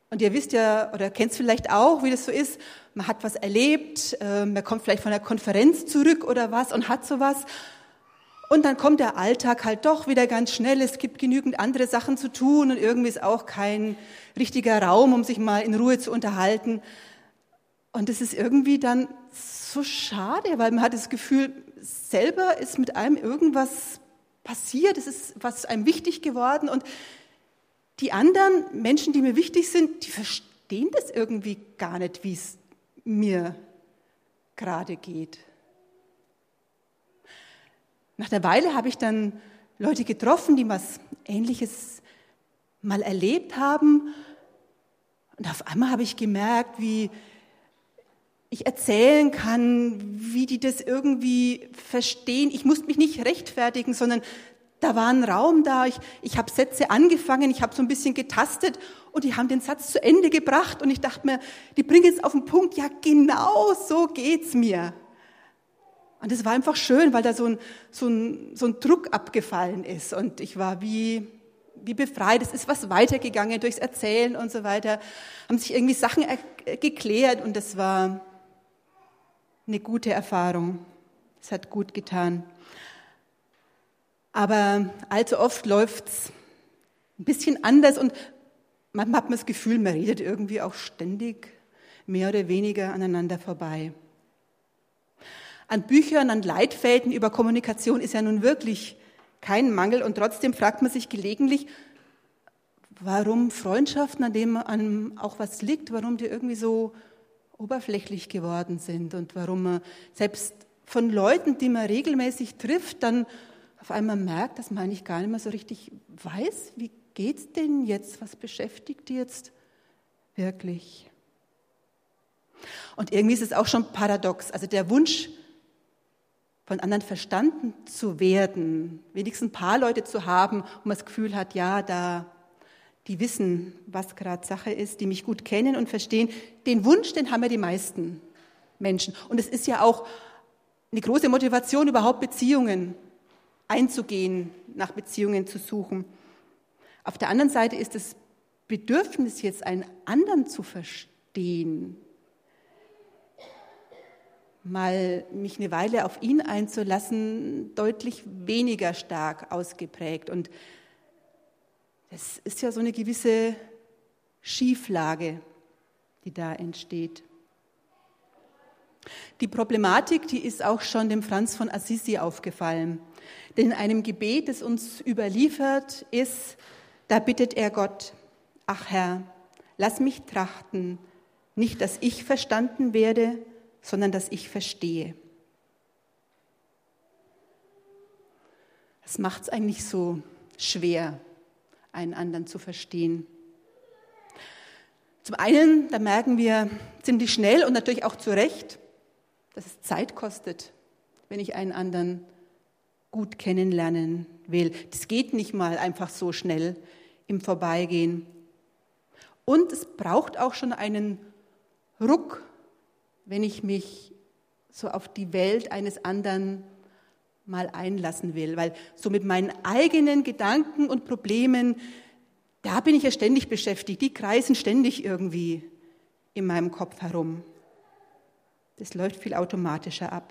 Und ihr wisst ja, oder kennt es vielleicht auch, wie das so ist, man hat was erlebt, man kommt vielleicht von einer Konferenz zurück oder was und hat sowas. Und dann kommt der Alltag halt doch wieder ganz schnell, es gibt genügend andere Sachen zu tun und irgendwie ist auch kein richtiger Raum, um sich mal in Ruhe zu unterhalten. Und das ist irgendwie dann so schade, weil man hat das Gefühl, selber ist mit einem irgendwas passiert, es ist was einem wichtig geworden und die anderen Menschen, die mir wichtig sind, die verstehen das irgendwie gar nicht, wie es mir gerade geht. Nach einer Weile habe ich dann Leute getroffen, die was Ähnliches mal erlebt haben. Und auf einmal habe ich gemerkt, wie ich erzählen kann, wie die das irgendwie verstehen. Ich musste mich nicht rechtfertigen, sondern da war ein Raum da. Ich habe Sätze angefangen, ich habe so ein bisschen getastet und die haben den Satz zu Ende gebracht. Und ich dachte mir, die bringen es auf den Punkt, ja genau so geht's mir. Und es war einfach schön, weil da so ein Druck abgefallen ist. Und ich war wie befreit. Es ist was weitergegangen durchs Erzählen und so weiter. Haben sich irgendwie Sachen geklärt und das war eine gute Erfahrung. Es hat gut getan. Aber allzu oft läuft's ein bisschen anders und manchmal hat man das Gefühl, man redet irgendwie auch ständig mehr oder weniger aneinander vorbei. An Büchern, an Leitfäden über Kommunikation ist ja nun wirklich kein Mangel und trotzdem fragt man sich gelegentlich, warum Freundschaften, an denen einem auch was liegt, warum die irgendwie so oberflächlich geworden sind und warum man selbst von Leuten, die man regelmäßig trifft, dann auf einmal merkt, dass man eigentlich gar nicht mehr so richtig weiß, wie geht's denn jetzt, was beschäftigt die jetzt wirklich? Und irgendwie ist es auch schon paradox, also der Wunsch, von anderen verstanden zu werden, wenigstens ein paar Leute zu haben, wo man das Gefühl hat, ja, die wissen, was gerade Sache ist, die mich gut kennen und verstehen. Den Wunsch, den haben ja die meisten Menschen. Und es ist ja auch eine große Motivation, überhaupt Beziehungen einzugehen, nach Beziehungen zu suchen. Auf der anderen Seite ist das Bedürfnis, jetzt einen anderen zu verstehen, mal mich eine Weile auf ihn einzulassen, deutlich weniger stark ausgeprägt. Und das ist ja so eine gewisse Schieflage, die da entsteht. Die Problematik, die ist auch schon dem Franz von Assisi aufgefallen. Denn in einem Gebet, das uns überliefert ist, da bittet er Gott, ach Herr, lass mich trachten, nicht, dass ich verstanden werde, sondern dass ich verstehe. Das macht es eigentlich so schwer, einen anderen zu verstehen. Zum einen, da merken wir ziemlich schnell und natürlich auch zu Recht, dass es Zeit kostet, wenn ich einen anderen gut kennenlernen will. Das geht nicht mal einfach so schnell im Vorbeigehen. Und es braucht auch schon einen Ruck, wenn ich mich so auf die Welt eines anderen mal einlassen will. Weil so mit meinen eigenen Gedanken und Problemen, da bin ich ja ständig beschäftigt. Die kreisen ständig irgendwie in meinem Kopf herum. Das läuft viel automatischer ab.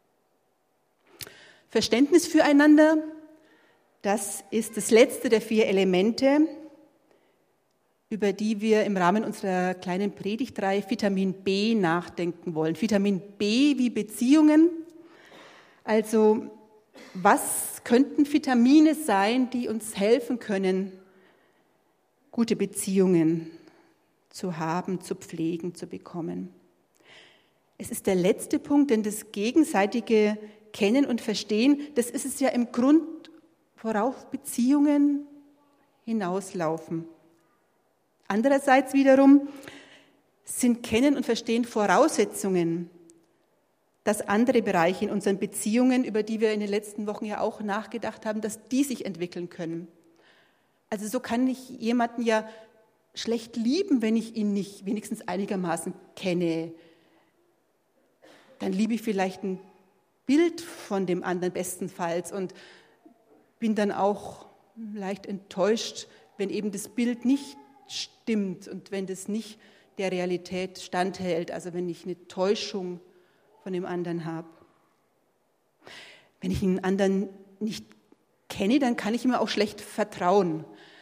Verständnis füreinander, das ist das letzte der 4 Elemente, über die wir im Rahmen unserer kleinen Predigtreihe Vitamin B nachdenken wollen. Vitamin B wie Beziehungen. Also was könnten Vitamine sein, die uns helfen können, gute Beziehungen zu haben, zu pflegen, zu bekommen? Es ist der letzte Punkt, denn das gegenseitige Kennen und Verstehen, das ist es ja im Grund, worauf Beziehungen hinauslaufen. Andererseits wiederum sind Kennen und Verstehen Voraussetzungen, dass andere Bereiche in unseren Beziehungen, über die wir in den letzten Wochen ja auch nachgedacht haben, dass die sich entwickeln können. Also so kann ich jemanden ja schlecht lieben, wenn ich ihn nicht wenigstens einigermaßen kenne. Dann liebe ich vielleicht ein Bild von dem anderen bestenfalls und bin dann auch leicht enttäuscht, wenn eben das Bild nicht stimmt und wenn das nicht der Realität standhält, also wenn ich eine Täuschung von dem anderen habe. Wenn ich einen anderen nicht kenne, dann kann ich ihm auch schlecht vertrauen.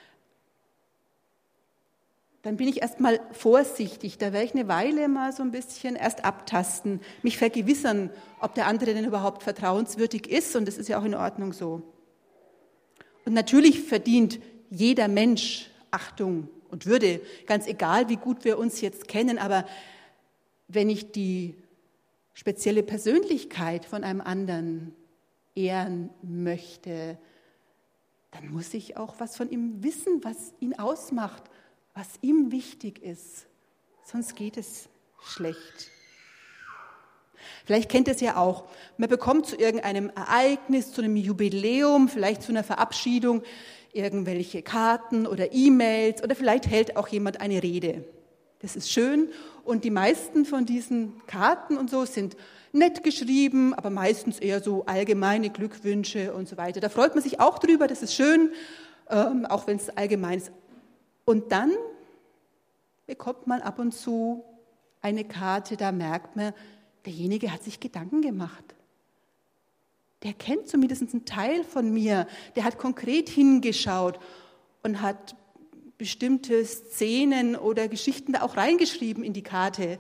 Dann bin ich erstmal vorsichtig, da werde ich eine Weile mal so ein bisschen erst abtasten, mich vergewissern, ob der andere denn überhaupt vertrauenswürdig ist und das ist ja auch in Ordnung so. Und natürlich verdient jeder Mensch Achtung und Würde, ganz egal, wie gut wir uns jetzt kennen, aber wenn ich die spezielle Persönlichkeit von einem anderen ehren möchte, dann muss ich auch was von ihm wissen, was ihn ausmacht, was ihm wichtig ist. Sonst geht es schlecht. Vielleicht kennt ihr es ja auch. Man bekommt zu irgendeinem Ereignis, zu einem Jubiläum, vielleicht zu einer Verabschiedung, irgendwelche Karten oder E-Mails oder vielleicht hält auch jemand eine Rede. Das ist schön und die meisten von diesen Karten und so sind nett geschrieben, aber meistens eher so allgemeine Glückwünsche und so weiter. Da freut man sich auch drüber, das ist schön, auch wenn es allgemein ist. Und dann bekommt man ab und zu eine Karte, da merkt man, derjenige hat sich Gedanken gemacht. Der kennt zumindest einen Teil von mir, der hat konkret hingeschaut und hat bestimmte Szenen oder Geschichten da auch reingeschrieben in die Karte.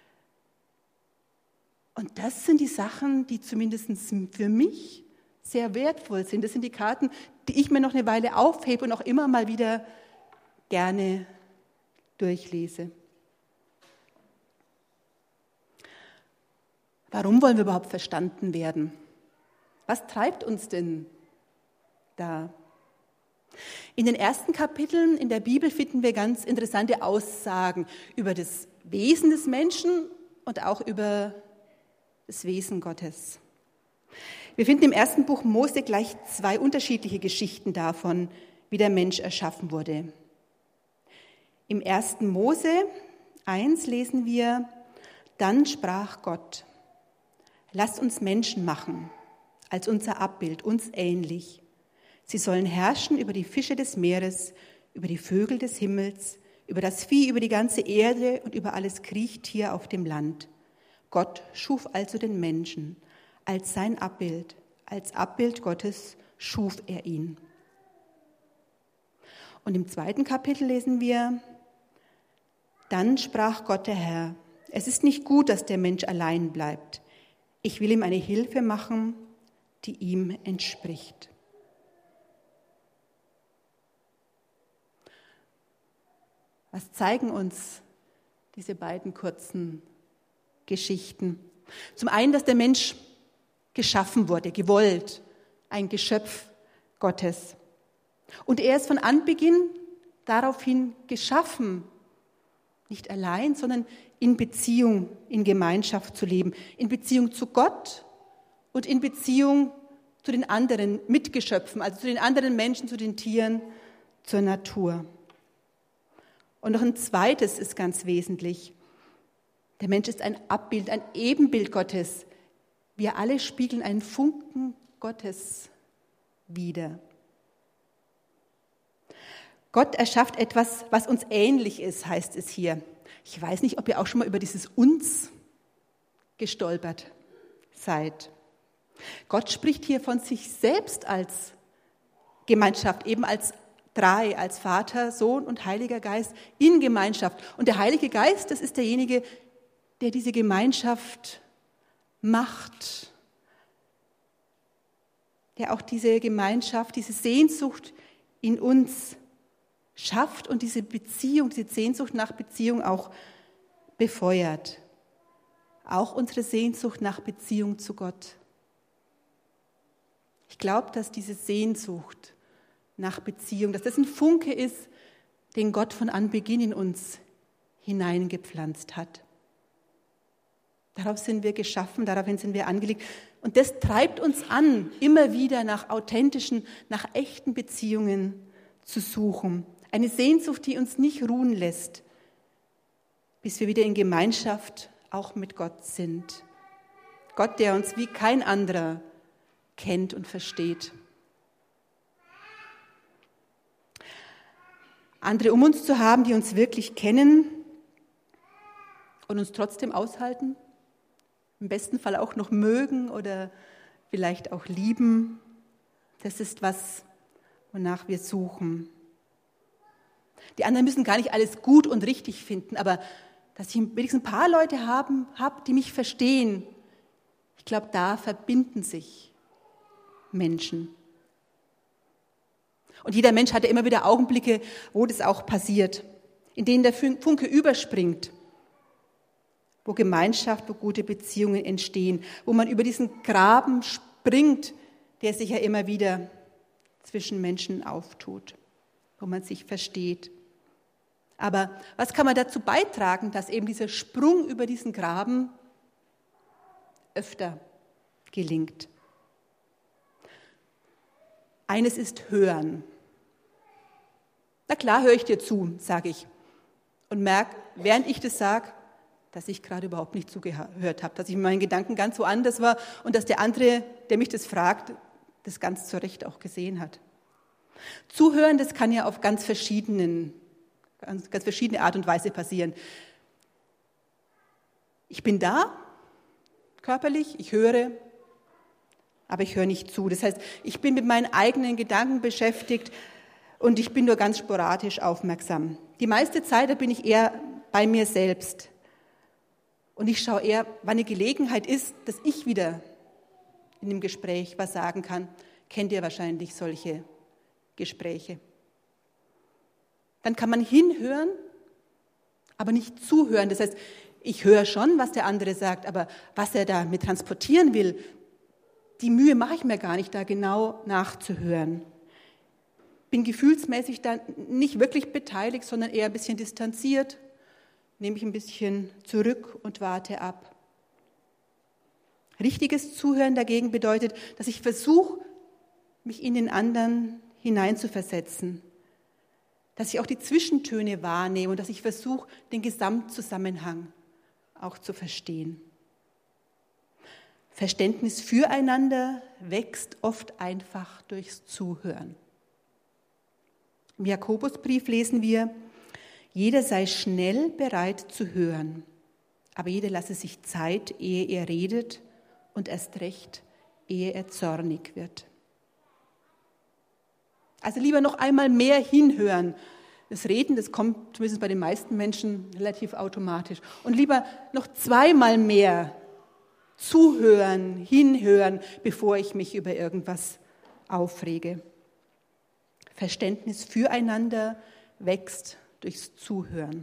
Und das sind die Sachen, die zumindest für mich sehr wertvoll sind. Das sind die Karten, die ich mir noch eine Weile aufhebe und auch immer mal wieder gerne durchlese. Warum wollen wir überhaupt verstanden werden? Was treibt uns denn da? In den ersten Kapiteln in der Bibel finden wir ganz interessante Aussagen über das Wesen des Menschen und auch über das Wesen Gottes. Wir finden im ersten Buch Mose gleich 2 unterschiedliche Geschichten davon, wie der Mensch erschaffen wurde. Im 1. Mose 1 lesen wir, dann sprach Gott, lasst uns Menschen machen, als unser Abbild, uns ähnlich. Sie sollen herrschen über die Fische des Meeres, über die Vögel des Himmels, über das Vieh, über die ganze Erde und über alles Kriechtier auf dem Land. Gott schuf also den Menschen, als sein Abbild, als Abbild Gottes schuf er ihn. Und im 2. Kapitel lesen wir, dann sprach Gott der Herr, es ist nicht gut, dass der Mensch allein bleibt. Ich will ihm eine Hilfe machen, die ihm entspricht. Was zeigen uns diese beiden kurzen Geschichten? Zum einen, dass der Mensch geschaffen wurde, gewollt, ein Geschöpf Gottes. Und er ist von Anbeginn daraufhin geschaffen, nicht allein, sondern in Beziehung, in Gemeinschaft zu leben, in Beziehung zu Gott und in Beziehung zu den anderen Mitgeschöpfen, also zu den anderen Menschen, zu den Tieren, zur Natur. Und noch ein zweites ist ganz wesentlich. Der Mensch ist ein Abbild, ein Ebenbild Gottes. Wir alle spiegeln einen Funken Gottes wider. Gott erschafft etwas, was uns ähnlich ist, heißt es hier. Ich weiß nicht, ob ihr auch schon mal über dieses Uns gestolpert seid. Gott spricht hier von sich selbst als Gemeinschaft, eben als drei, als Vater, Sohn und Heiliger Geist in Gemeinschaft. Und der Heilige Geist, das ist derjenige, der diese Gemeinschaft macht, der auch diese Gemeinschaft, diese Sehnsucht in uns schafft und diese Beziehung, diese Sehnsucht nach Beziehung auch befeuert. Auch unsere Sehnsucht nach Beziehung zu Gott. Ich glaube, dass diese Sehnsucht nach Beziehung, dass das ein Funke ist, den Gott von Anbeginn in uns hineingepflanzt hat. Darauf sind wir geschaffen, daraufhin sind wir angelegt. Und das treibt uns an, immer wieder nach authentischen, nach echten Beziehungen zu suchen. Eine Sehnsucht, die uns nicht ruhen lässt, bis wir wieder in Gemeinschaft auch mit Gott sind. Gott, der uns wie kein anderer kennt und versteht. andere um uns zu haben, die uns wirklich kennen und uns trotzdem aushalten, im besten Fall auch noch mögen oder vielleicht auch lieben. Das ist was, wonach wir suchen. Die anderen müssen gar nicht alles gut und richtig finden, aber dass ich wenigstens ein paar Leute habe, die mich verstehen, ich glaube, da verbinden sich Menschen. Und jeder Mensch hat ja immer wieder Augenblicke, wo das auch passiert, in denen der Funke überspringt, wo Gemeinschaft, wo gute Beziehungen entstehen, wo man über diesen Graben springt, der sich ja immer wieder zwischen Menschen auftut, wo man sich versteht. Aber was kann man dazu beitragen, dass eben dieser Sprung über diesen Graben öfter gelingt? Eines ist Hören. Na klar, höre ich dir zu, sage ich. Und merke, während ich das sage, dass ich gerade überhaupt nicht zugehört habe, dass ich mit meinen Gedanken ganz woanders war und dass der andere, der mich das fragt, das ganz zu Recht auch gesehen hat. Zuhören, das kann ja auf ganz verschiedene Art und Weise passieren. Ich bin da, körperlich, ich höre, aber ich höre nicht zu. Das heißt, ich bin mit meinen eigenen Gedanken beschäftigt und ich bin nur ganz sporadisch aufmerksam. Die meiste Zeit, da bin ich eher bei mir selbst. Und ich schaue eher, wann eine Gelegenheit ist, dass ich wieder in dem Gespräch was sagen kann. Kennt ihr wahrscheinlich solche Gespräche? Dann kann man hinhören, aber nicht zuhören. Das heißt, ich höre schon, was der andere sagt, aber was er da mit transportieren will, die Mühe mache ich mir gar nicht, da genau nachzuhören. Bin gefühlsmäßig da nicht wirklich beteiligt, sondern eher ein bisschen distanziert, nehme mich ein bisschen zurück und warte ab. Richtiges Zuhören dagegen bedeutet, dass ich versuche, mich in den anderen hineinzuversetzen, dass ich auch die Zwischentöne wahrnehme und dass ich versuche, den Gesamtzusammenhang auch zu verstehen. Verständnis füreinander wächst oft einfach durchs Zuhören. Im Jakobusbrief lesen wir, jeder sei schnell bereit zu hören, aber jeder lasse sich Zeit, ehe er redet und erst recht, ehe er zornig wird. Also lieber noch einmal mehr hinhören. Das Reden, das kommt zumindest bei den meisten Menschen relativ automatisch. Und lieber noch zweimal mehr zuhören, hinhören, bevor ich mich über irgendwas aufrege. Verständnis füreinander wächst durchs Zuhören.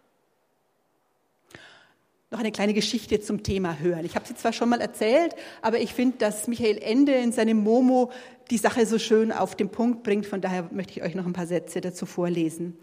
Noch eine kleine Geschichte zum Thema Hören. Ich habe sie zwar schon mal erzählt, aber ich finde, dass Michael Ende in seinem Momo die Sache so schön auf den Punkt bringt. Von daher möchte ich euch noch ein paar Sätze dazu vorlesen.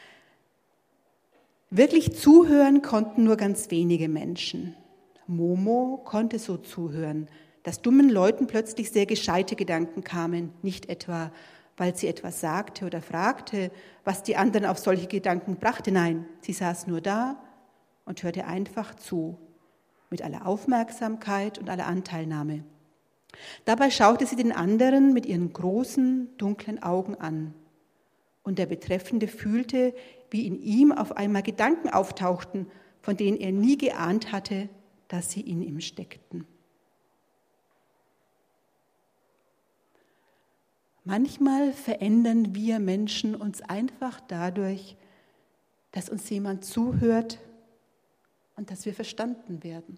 Wirklich zuhören konnten nur ganz wenige Menschen. Momo konnte so zuhören, dass dummen Leuten plötzlich sehr gescheite Gedanken kamen, nicht etwa, weil sie etwas sagte oder fragte, was die anderen auf solche Gedanken brachte. Nein, sie saß nur da und hörte einfach zu, mit aller Aufmerksamkeit und aller Anteilnahme. Dabei schaute sie den anderen mit ihren großen, dunklen Augen an. Und der Betreffende fühlte, wie in ihm auf einmal Gedanken auftauchten, von denen er nie geahnt hatte, dass sie in ihm steckten. Manchmal verändern wir Menschen uns einfach dadurch, dass uns jemand zuhört und dass wir verstanden werden.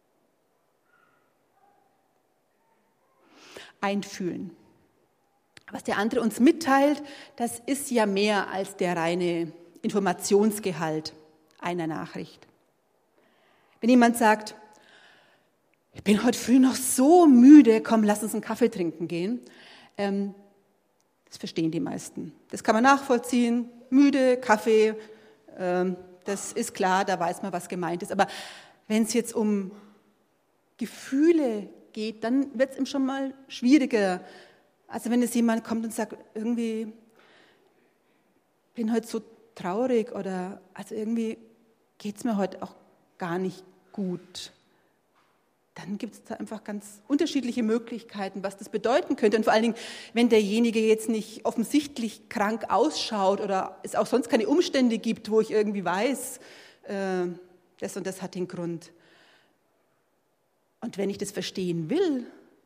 Einfühlen. Was der andere uns mitteilt, das ist ja mehr als der reine Informationsgehalt einer Nachricht. Wenn jemand sagt, ich bin heute früh noch so müde, komm, lass uns einen Kaffee trinken gehen, das verstehen die meisten. Das kann man nachvollziehen, müde, Kaffee, das ist klar, da weiß man, was gemeint ist. Aber wenn es jetzt um Gefühle geht, dann wird es ihm schon mal schwieriger. Also wenn jetzt jemand kommt und sagt, irgendwie bin heute so traurig oder also irgendwie geht es mir heute auch gar nicht gut. dann gibt es da einfach ganz unterschiedliche Möglichkeiten, was das bedeuten könnte. Und vor allen Dingen, wenn derjenige jetzt nicht offensichtlich krank ausschaut oder es auch sonst keine Umstände gibt, wo ich irgendwie weiß, das und das hat den Grund. Und wenn ich das verstehen will,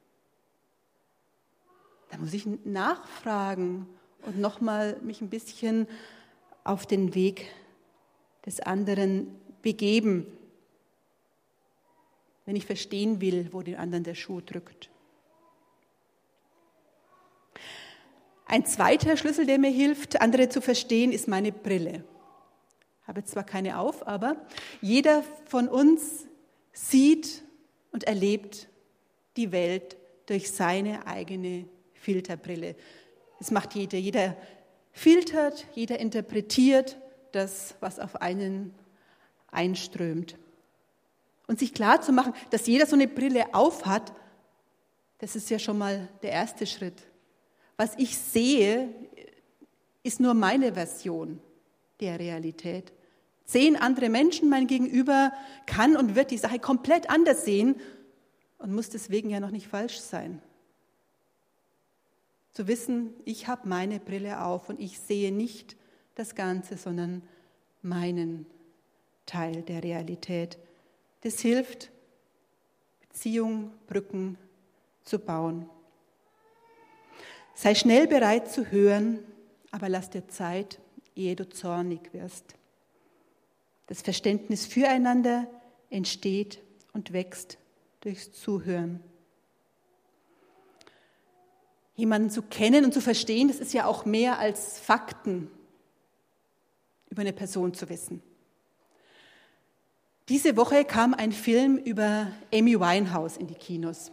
dann muss ich nachfragen und nochmal mich ein bisschen auf den Weg des anderen begeben, wenn ich verstehen will, wo den anderen der Schuh drückt. Ein zweiter Schlüssel, der mir hilft, andere zu verstehen, ist meine Brille. Ich habe zwar keine auf, aber jeder von uns sieht und erlebt die Welt durch seine eigene Filterbrille. Das macht jeder. Jeder filtert, jeder interpretiert das, was auf einen einströmt. Und sich klar zu machen, dass jeder so eine Brille aufhat, das ist ja schon mal der erste Schritt. Was ich sehe, ist nur meine Version der Realität. 10 andere Menschen, mein Gegenüber, kann und wird die Sache komplett anders sehen und muss deswegen ja noch nicht falsch sein. Zu wissen, ich habe meine Brille auf und ich sehe nicht das Ganze, sondern meinen Teil der Realität. Das hilft, Beziehungen, Brücken zu bauen. Sei schnell bereit zu hören, aber lass dir Zeit, ehe du zornig wirst. Das Verständnis füreinander entsteht und wächst durchs Zuhören. Jemanden zu kennen und zu verstehen, das ist ja auch mehr als Fakten über eine Person zu wissen. Diese Woche kam ein Film über Amy Winehouse in die Kinos.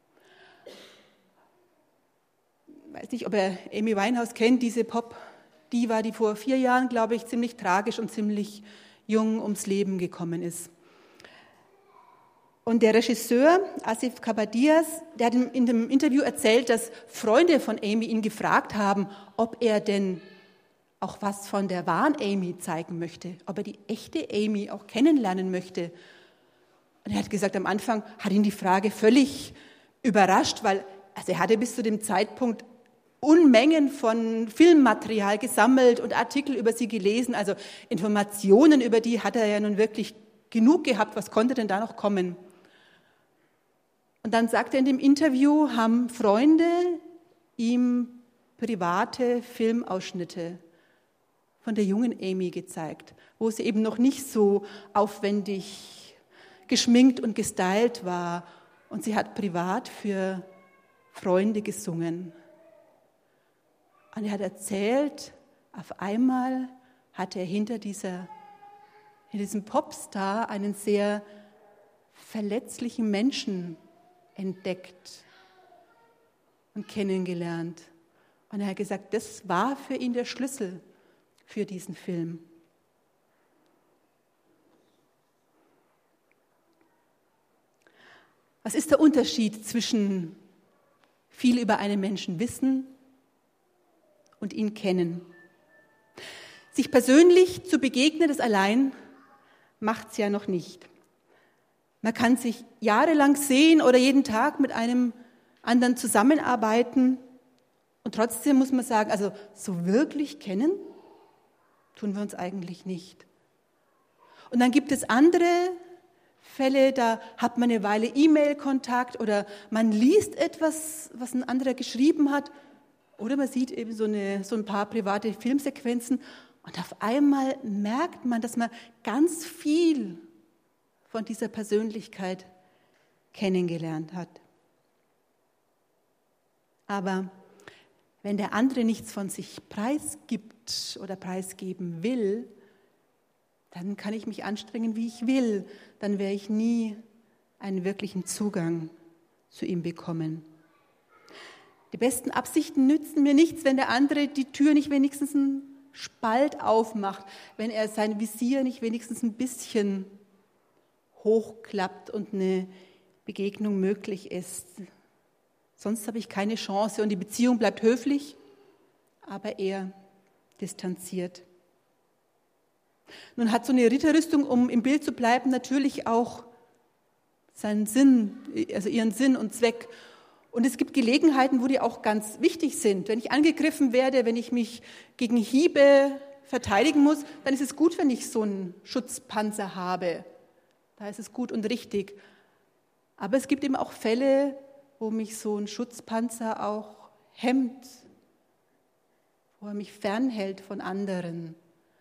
Ich weiß nicht, ob ihr Amy Winehouse kennt, diese Pop-Diva, die vor 4 Jahren, glaube ich, ziemlich tragisch und ziemlich jung ums Leben gekommen ist. Und der Regisseur Asif Kabadias, der hat in dem Interview erzählt, dass Freunde von Amy ihn gefragt haben, ob er denn auch was von der wahren Amy zeigen möchte, ob er die echte Amy auch kennenlernen möchte. Und er hat gesagt, am Anfang hat ihn die Frage völlig überrascht, weil er hatte bis zu dem Zeitpunkt Unmengen von Filmmaterial gesammelt und Artikel über sie gelesen, also Informationen über die hat er ja nun wirklich genug gehabt, was konnte denn da noch kommen? Und dann sagt er in dem Interview, haben Freunde ihm private Filmausschnitte von der jungen Amy gezeigt, wo sie eben noch nicht so aufwendig geschminkt und gestylt war. Und sie hat privat für Freunde gesungen. Und er hat erzählt, auf einmal hat er hinter diesem Popstar einen sehr verletzlichen Menschen entdeckt und kennengelernt. Und er hat gesagt, das war für ihn der Schlüssel für diesen Film. Was ist der Unterschied zwischen viel über einen Menschen wissen und ihn kennen? Sich persönlich zu begegnen, das allein macht es ja noch nicht. Man kann sich jahrelang sehen oder jeden Tag mit einem anderen zusammenarbeiten und trotzdem muss man sagen, also so wirklich kennen tun wir uns eigentlich nicht. Und dann gibt es andere Fälle, da hat man eine Weile E-Mail-Kontakt oder man liest etwas, was ein anderer geschrieben hat oder man sieht eben so ein paar private Filmsequenzen und auf einmal merkt man, dass man ganz viel von dieser Persönlichkeit kennengelernt hat. Aber wenn der andere nichts von sich preisgibt oder preisgeben will, dann kann ich mich anstrengen, wie ich will. Dann werde ich nie einen wirklichen Zugang zu ihm bekommen. Die besten Absichten nützen mir nichts, wenn der andere die Tür nicht wenigstens einen Spalt aufmacht, wenn er sein Visier nicht wenigstens ein bisschen hochklappt und eine Begegnung möglich ist. Sonst habe ich keine Chance und die Beziehung bleibt höflich, aber eher distanziert. Nun hat so eine Ritterrüstung, um im Bild zu bleiben, natürlich auch seinen Sinn, also ihren Sinn und Zweck. Und es gibt Gelegenheiten, wo die auch ganz wichtig sind. Wenn ich angegriffen werde, wenn ich mich gegen Hiebe verteidigen muss, dann ist es gut, wenn ich so einen Schutzpanzer habe. Da ist es gut und richtig. Aber es gibt eben auch Fälle, wo mich so ein Schutzpanzer auch hemmt, wo er mich fernhält von anderen.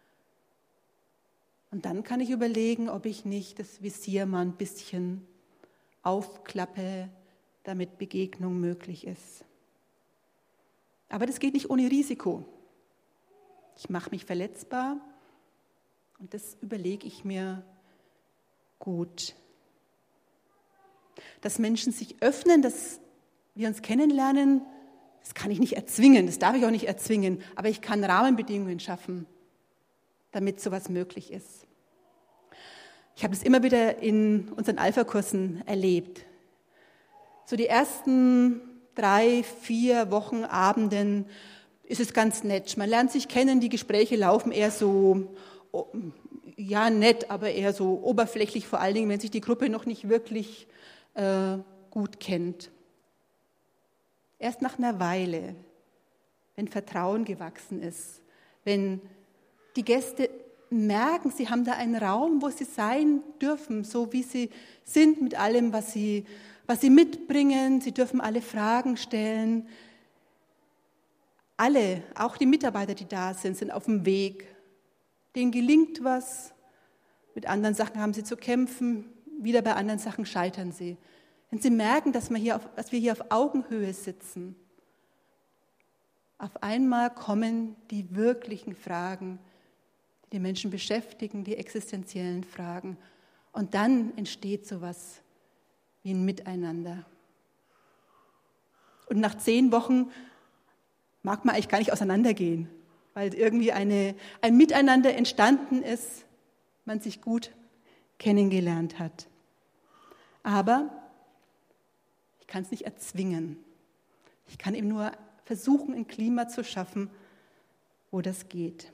Und dann kann ich überlegen, ob ich nicht das Visier mal ein bisschen aufklappe, damit Begegnung möglich ist. Aber das geht nicht ohne Risiko. Ich mache mich verletzbar und das überlege ich mir gut. Dass Menschen sich öffnen, dass wir uns kennenlernen, das kann ich nicht erzwingen, das darf ich auch nicht erzwingen, aber ich kann Rahmenbedingungen schaffen, damit sowas möglich ist. Ich habe das immer wieder in unseren Alpha-Kursen erlebt. So die ersten 3, 4 Wochen, Abenden ist es ganz nett. Man lernt sich kennen, die Gespräche laufen eher so, ja nett, aber eher so oberflächlich, vor allen Dingen, wenn sich die Gruppe noch nicht wirklich gut kennt. Erst nach einer Weile, wenn Vertrauen gewachsen ist, wenn die Gäste merken, sie haben da einen Raum, wo sie sein dürfen, so wie sie sind mit allem, was sie mitbringen. Sie dürfen alle Fragen stellen. Alle, auch die Mitarbeiter, die da sind, sind auf dem Weg. Denen gelingt was. Mit anderen Sachen haben sie zu kämpfen. Wieder bei anderen Sachen scheitern sie. Wenn sie merken, dass wir hier auf Augenhöhe sitzen, auf einmal kommen die wirklichen Fragen, die Menschen beschäftigen, die existenziellen Fragen. Und dann entsteht sowas wie ein Miteinander. Und nach 10 Wochen mag man eigentlich gar nicht auseinandergehen, weil irgendwie ein Miteinander entstanden ist, man sich gut kennengelernt hat. Aber ich kann es nicht erzwingen. Ich kann eben nur versuchen, ein Klima zu schaffen, wo das geht.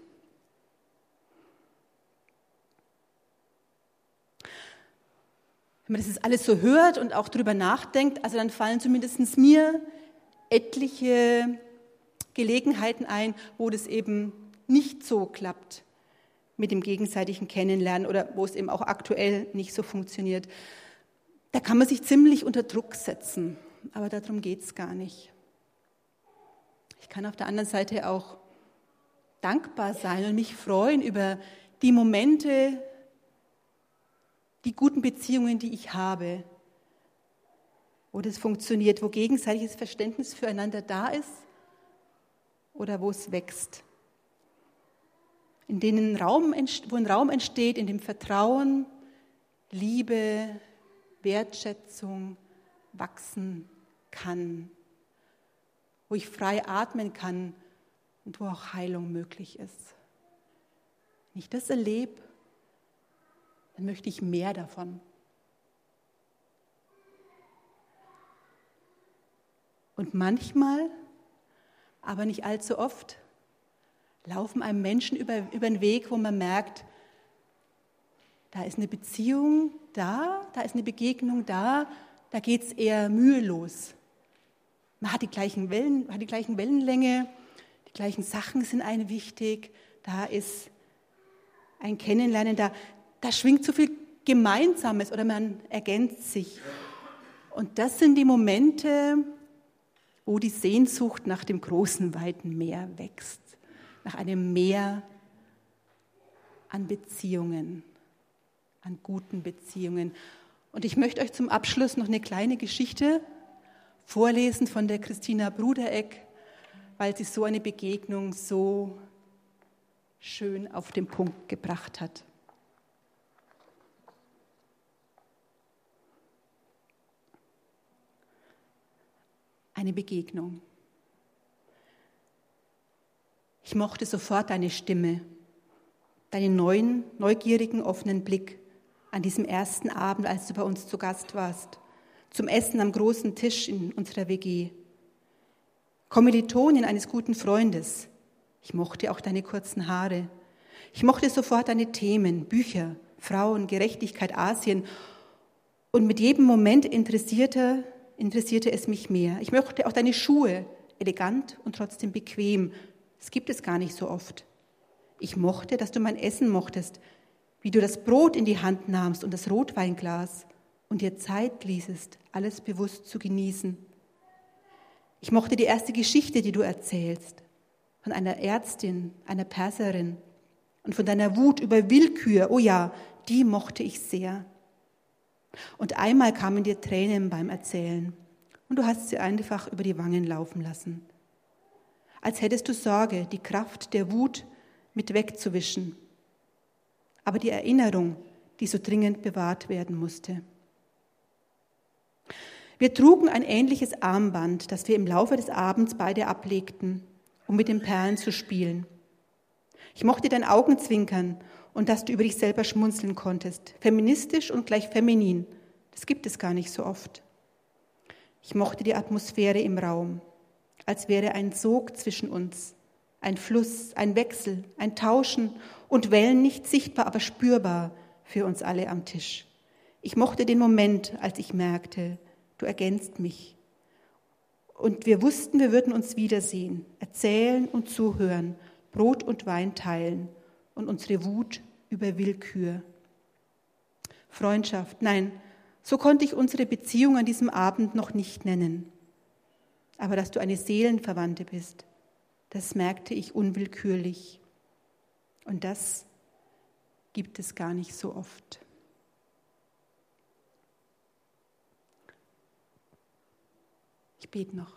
Wenn man das jetzt alles so hört und auch drüber nachdenkt, also dann fallen zumindest mir etliche Gelegenheiten ein, wo das eben nicht so klappt mit dem gegenseitigen Kennenlernen oder wo es eben auch aktuell nicht so funktioniert. Da kann man sich ziemlich unter Druck setzen, aber darum geht es gar nicht. Ich kann auf der anderen Seite auch dankbar sein und mich freuen über die Momente, die guten Beziehungen, die ich habe, wo das funktioniert, wo gegenseitiges Verständnis füreinander da ist oder wo es wächst. Wo ein Raum entsteht, in dem Vertrauen, Liebe, Wertschätzung wachsen kann, wo ich frei atmen kann und wo auch Heilung möglich ist. Wenn ich das erlebe, dann möchte ich mehr davon. Und manchmal, aber nicht allzu oft, laufen einem Menschen über den Weg, wo man merkt, da ist eine Beziehung da ist eine Begegnung da geht es eher mühelos. Man hat die gleichen Wellenlänge, die gleichen Sachen sind einem wichtig, da ist ein Kennenlernen, da schwingt so viel Gemeinsames oder man ergänzt sich. Und das sind die Momente, wo die Sehnsucht nach dem großen, weiten Meer wächst, nach einem Meer an Beziehungen, an guten Beziehungen. Und ich möchte euch zum Abschluss noch eine kleine Geschichte vorlesen von der Christina Brudereck, weil sie so eine Begegnung so schön auf den Punkt gebracht hat. Eine Begegnung. Ich mochte sofort deine Stimme, deinen neuen, neugierigen, offenen Blick an diesem ersten Abend, als du bei uns zu Gast warst, zum Essen am großen Tisch in unserer WG. Kommilitonin eines guten Freundes. Ich mochte auch deine kurzen Haare. Ich mochte sofort deine Themen, Bücher, Frauen, Gerechtigkeit, Asien. Und mit jedem Moment interessierte es mich mehr. Ich mochte auch deine Schuhe, elegant und trotzdem bequem. Das gibt es gar nicht so oft. Ich mochte, dass du mein Essen mochtest, wie du das Brot in die Hand nahmst und das Rotweinglas und dir Zeit ließest, alles bewusst zu genießen. Ich mochte die erste Geschichte, die du erzählst, von einer Ärztin, einer Perserin und von deiner Wut über Willkür. Oh ja, die mochte ich sehr. Und einmal kamen dir Tränen beim Erzählen und du hast sie einfach über die Wangen laufen lassen. Als hättest du Sorge, die Kraft der Wut mit wegzuwischen. Aber die Erinnerung, die so dringend bewahrt werden musste. Wir trugen ein ähnliches Armband, das wir im Laufe des Abends beide ablegten, um mit den Perlen zu spielen. Ich mochte dein Augenzwinkern und dass du über dich selber schmunzeln konntest. Feministisch und gleich feminin. Das gibt es gar nicht so oft. Ich mochte die Atmosphäre im Raum, als wäre ein Sog zwischen uns, ein Fluss, ein Wechsel, ein Tauschen und Wellen nicht sichtbar, aber spürbar für uns alle am Tisch. Ich mochte den Moment, als ich merkte, du ergänzt mich. Und wir wussten, wir würden uns wiedersehen, erzählen und zuhören, Brot und Wein teilen und unsere Wut über Willkür. Freundschaft, nein, so konnte ich unsere Beziehung an diesem Abend noch nicht nennen. Aber dass du eine Seelenverwandte bist, das merkte ich unwillkürlich. Und das gibt es gar nicht so oft. Ich bete noch.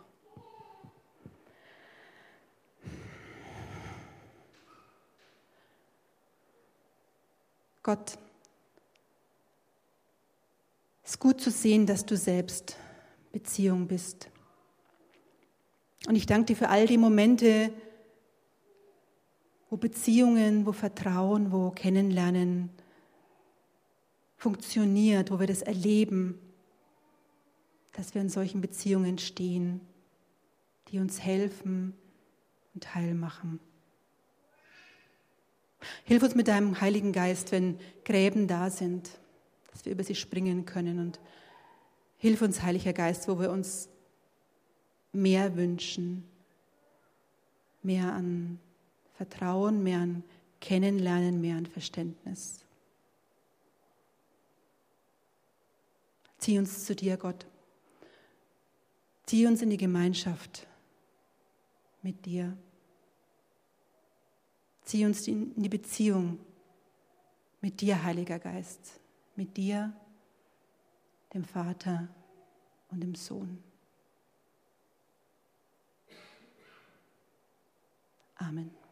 Gott, es ist gut zu sehen, dass du selbst Beziehung bist. Und ich danke dir für all die Momente, wo Beziehungen, wo Vertrauen, wo Kennenlernen funktioniert, wo wir das erleben, dass wir in solchen Beziehungen stehen, die uns helfen und heil machen. Hilf uns mit deinem Heiligen Geist, wenn Gräben da sind, dass wir über sie springen können. Und hilf uns, Heiliger Geist, wo wir uns mehr wünschen, mehr an Vertrauen, mehr an Kennenlernen, mehr an Verständnis. Zieh uns zu dir, Gott. Zieh uns in die Gemeinschaft mit dir. Zieh uns in die Beziehung mit dir, Heiliger Geist, mit dir, dem Vater und dem Sohn. Amen.